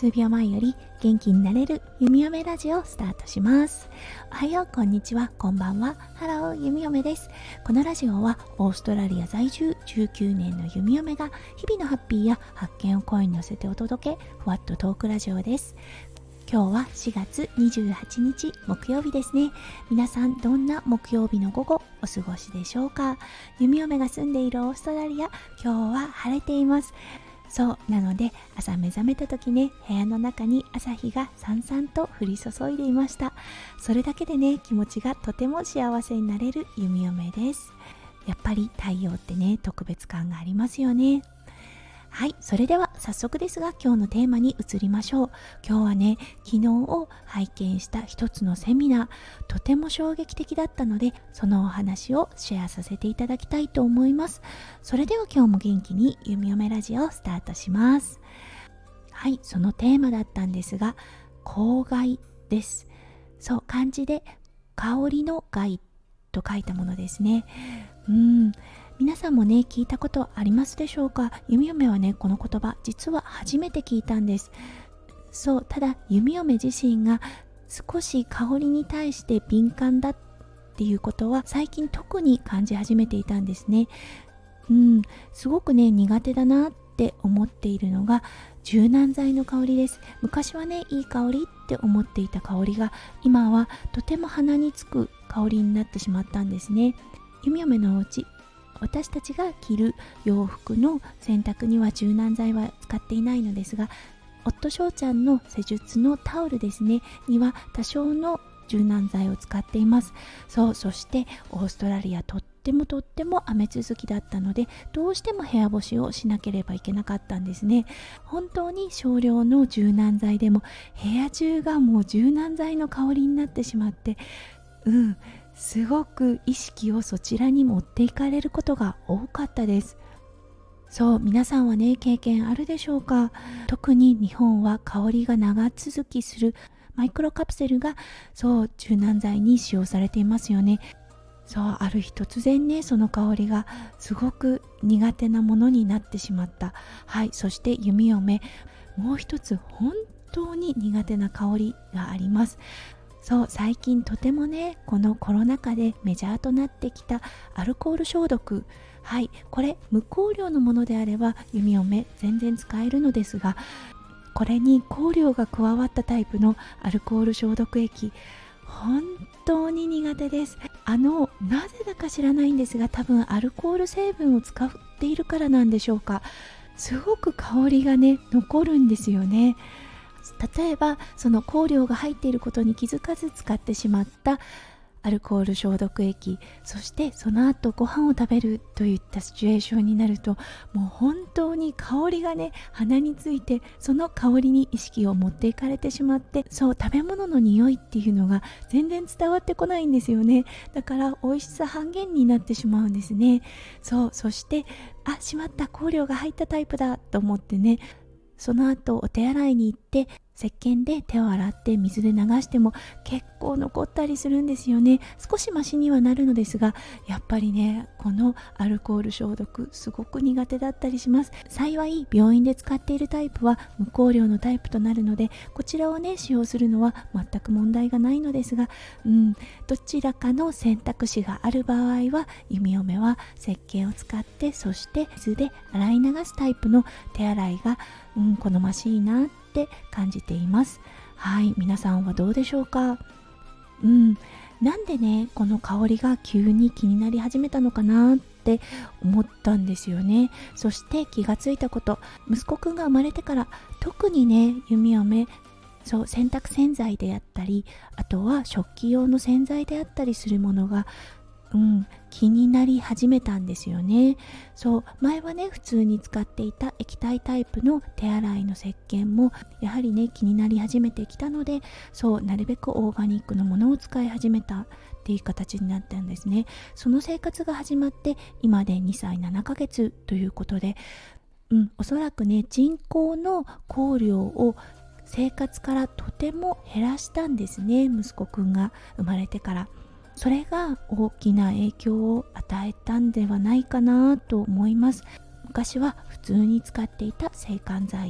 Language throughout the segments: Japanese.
数秒前より元気になれる弓嫁ラジオをスタートします。おはよう、こんにちは、こんばんは。ハロー、弓嫁です。このラジオはオーストラリア在住19年の弓嫁が日々のハッピーや発見を声に乗せてお届け、ふわっとトークラジオです。今日は4月28日木曜日ですね。皆さんどんな木曜日の午後お過ごしでしょうか。弓嫁が住んでいるオーストラリア、今日は晴れています。そうなので朝目覚めた時ね、部屋の中に朝日がさんさんと降り注いでいました。それだけでね、気持ちがとても幸せになれる弓嫁です。やっぱり太陽ってね、特別感がありますよね。はい、それでは早速ですが今日のテーマに移りましょう。今日はね、昨日を拝見した一つのセミナー、とても衝撃的だったので、そのお話をシェアさせていただきたいと思います。それでは今日も元気に弓嫁ラジオをスタートします。はい、そのテーマだったんですが、香害です。そう、漢字で香りの害と書いたものですね。皆さんもね、聞いたことありますでしょうか。弓嫁はね、この言葉実は初めて聞いたんです。そう、ただ弓嫁自身が少し香りに対して敏感だっていうことは最近特に感じ始めていたんですね。すごくね、苦手だなって思っているのが柔軟剤の香りです。昔はね、いい香りって思っていた香りが今はとても鼻につく香りになってしまったんですね。弓嫁のお家、私たちが着る洋服の洗濯には柔軟剤は使っていないのですが、夫翔ちゃんの施術のタオルですねには多少の柔軟剤を使っています。そしてオーストラリアとっても雨続きだったので、どうしても部屋干しをしなければいけなかったんですね。本当に少量の柔軟剤でも部屋中がもう柔軟剤の香りになってしまって、すごく意識をそちらに持っていかれることが多かったです。そう、皆さんはね、経験あるでしょうか。特に日本は香りが長続きするマイクロカプセルが柔軟剤に使用されていますよね。ある日突然ね、その香りがすごく苦手なものになってしまった。はい、そして弓嫁、もう一つ本当に苦手な香りがあります。最近とてもね、このコロナ禍でメジャーとなってきたアルコール消毒。はい、これ無香料のものであれば弓嫁全然使えるのですが、これに香料が加わったタイプのアルコール消毒液、本当に苦手です。なぜだか知らないんですが、多分アルコール成分を使っているからなんでしょうか。すごく香りがね、残るんですよね。例えばその香料が入っていることに気づかず使ってしまったアルコール消毒液、そしてその後ご飯を食べるといったシチュエーションになると、もう本当に香りがね、鼻についてその香りに意識を持っていかれてしまって、食べ物の匂いっていうのが全然伝わってこないんですよね。だから美味しさ半減になってしまうんですね。そしてしまった、香料が入ったタイプだと思ってね、その後お手洗いに行って石鹸で手を洗って水で流しても結構残ったりするんですよね。少しマシにはなるのですが、やっぱりね、このアルコール消毒すごく苦手だったりします。幸い病院で使っているタイプは無香料のタイプとなるので、こちらをね使用するのは全く問題がないのですが、どちらかの選択肢がある場合は弓嫁は石鹸を使って、そして水で洗い流すタイプの手洗いが好ましいなって感じています。はい、皆さんはどうでしょうか。なんでね、この香りが急に気になり始めたのかなって思ったんですよね。そして気がついたこと、息子くんが生まれてから特にね、弓嫁洗濯洗剤であったり、あとは食器用の洗剤であったりするものが気になり始めたんですよね。前はね、普通に使っていた液体タイプの手洗いの石鹸もやはりね、気になり始めてきたので、なるべくオーガニックのものを使い始めたっていう形になったんですね。その生活が始まって今で2歳7ヶ月ということで、おそらくね、人工の香料を生活からとても減らしたんですね、息子くんが生まれてから。それが大きな影響を与えたんではないかなと思います。昔は普通に使っていた制汗剤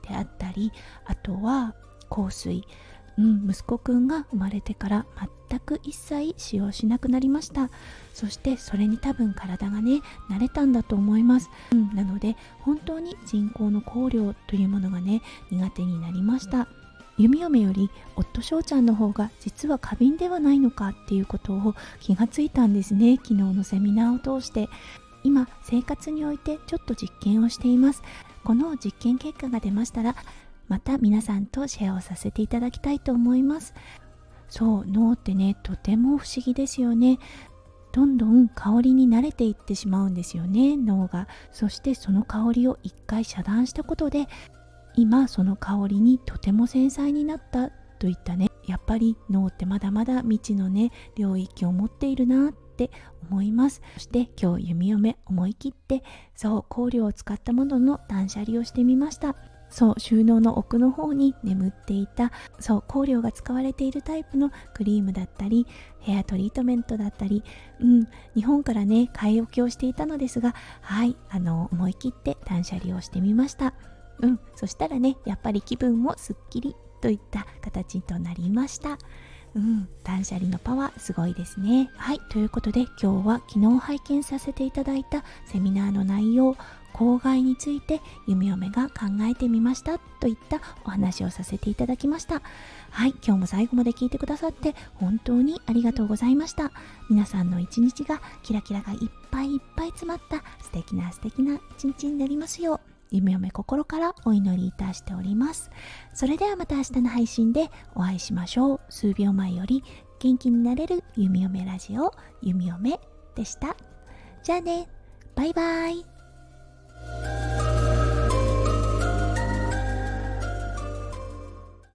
であったり、あとは香水、息子くんが生まれてから全く一切使用しなくなりました。そしてそれに多分体がね慣れたんだと思います。なので本当に人工の香料というものがね苦手になりました。弓嫁より夫翔ちゃんの方が実は過敏ではないのかっていうことを気がついたんですね。昨日のセミナーを通して今生活においてちょっと実験をしています。この実験結果が出ましたらまた皆さんとシェアをさせていただきたいと思います。そう、脳ってねとても不思議ですよね。どんどん香りに慣れていってしまうんですよね、脳が。そしてその香りを一回遮断したことで今その香りにとても繊細になったといったね、やっぱり脳ってまだまだ未知のね領域を持っているなって思います。そして今日弓嫁思い切ってそう香料を使ったものの断捨離をしてみました。そう収納の奥の方に眠っていたそう香料が使われているタイプのクリームだったりヘアトリートメントだったり、日本からね買い置きをしていたのですが、思い切って断捨離をしてみました。そしたらねやっぱり気分もすっきりといった形となりました。断捨離のパワーすごいですね。はい、ということで今日は昨日拝見させていただいたセミナーの内容、公害について弓嫁が考えてみましたといったお話をさせていただきました。はい、今日も最後まで聞いてくださって本当にありがとうございました。皆さんの一日がキラキラがいっぱいいっぱい詰まった素敵な一日になりますよう弓嫁心からお祈りいたしております。それではまた明日の配信でお会いしましょう。数秒前より元気になれる弓嫁ラジオ弓嫁でした。じゃあね、バイバイ。